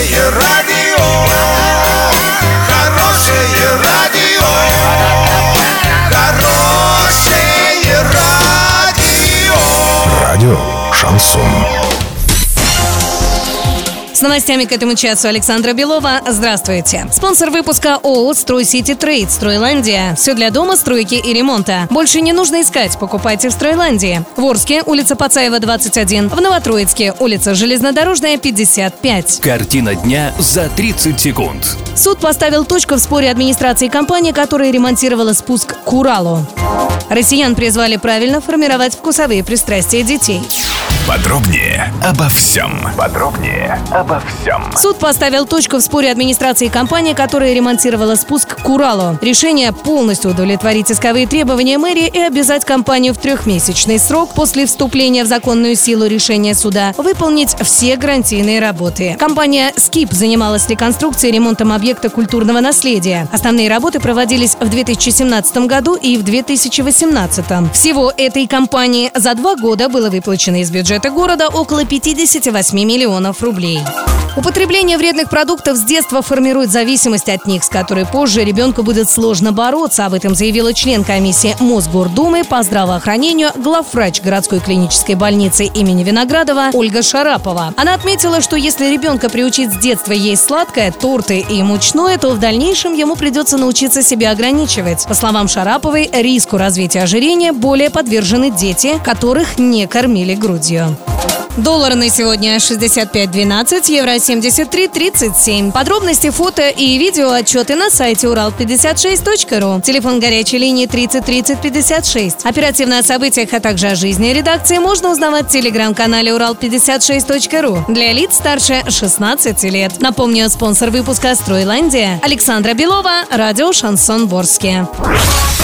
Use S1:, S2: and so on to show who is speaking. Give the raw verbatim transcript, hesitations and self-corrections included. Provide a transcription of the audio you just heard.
S1: Хорошее радио, хорошее радио, хорошее радио.
S2: Радио Шансон.
S3: С новостями к этому часу Александра Белова. Здравствуйте. Спонсор выпуска ООО «Стройсити Трейд» «Стройландия». Все для дома, стройки и ремонта. Больше не нужно искать, покупайте в «Стройландии». В Орске улица Пацаева, двадцать один. В Новотроицке улица Железнодорожная, пятьдесят пять.
S4: Картина дня за тридцать секунд.
S3: Суд поставил точку в споре администрации компании, которая ремонтировала спуск к Уралу. Россиян призвали правильно формировать вкусовые пристрастия детей.
S2: Подробнее обо всем. Подробнее обо всем.
S3: Суд поставил точку в споре администрации компании, которая ремонтировала спуск к Уралу. Решение полностью удовлетворить исковые требования мэрии и обязать компанию в трехмесячный срок после вступления в законную силу решения суда выполнить все гарантийные работы. Компания «Скип» занималась реконструкцией и ремонтом объекта культурного наследия. Основные работы проводились в две тысячи семнадцатом году и в две тысячи восемнадцатом. Всего этой компании за два года было выплачено из бюджета города около пятьдесят восемь миллионов рублей. Употребление вредных продуктов с детства формирует зависимость от них, с которой позже ребенку будет сложно бороться. Об этом заявила член комиссии Мосгордумы по здравоохранению, главврач городской клинической больницы имени Виноградова Ольга Шарапова. Она отметила, что если ребенка приучить с детства есть сладкое, торты и мучное, то в дальнейшем ему придется научиться себя ограничивать. По словам Шараповой, риску развития ожирения более подвержены дети, которых не кормили грудью. Доллар на сегодня шестьдесят пять двенадцать, евро семьдесят три тридцать семь. Подробности, фото и видео отчеты на сайте урал пятьдесят шесть точка ру. Телефон горячей линии тридцать тридцать пятьдесят шесть. Оперативно о событиях, а также о жизни редакции можно узнавать в телеграм-канале урал пятьдесят шесть точка ру. Для лиц старше шестнадцати лет. Напомню, спонсор выпуска «Стройландия». Александра Белова, радио «Шансон Ворске».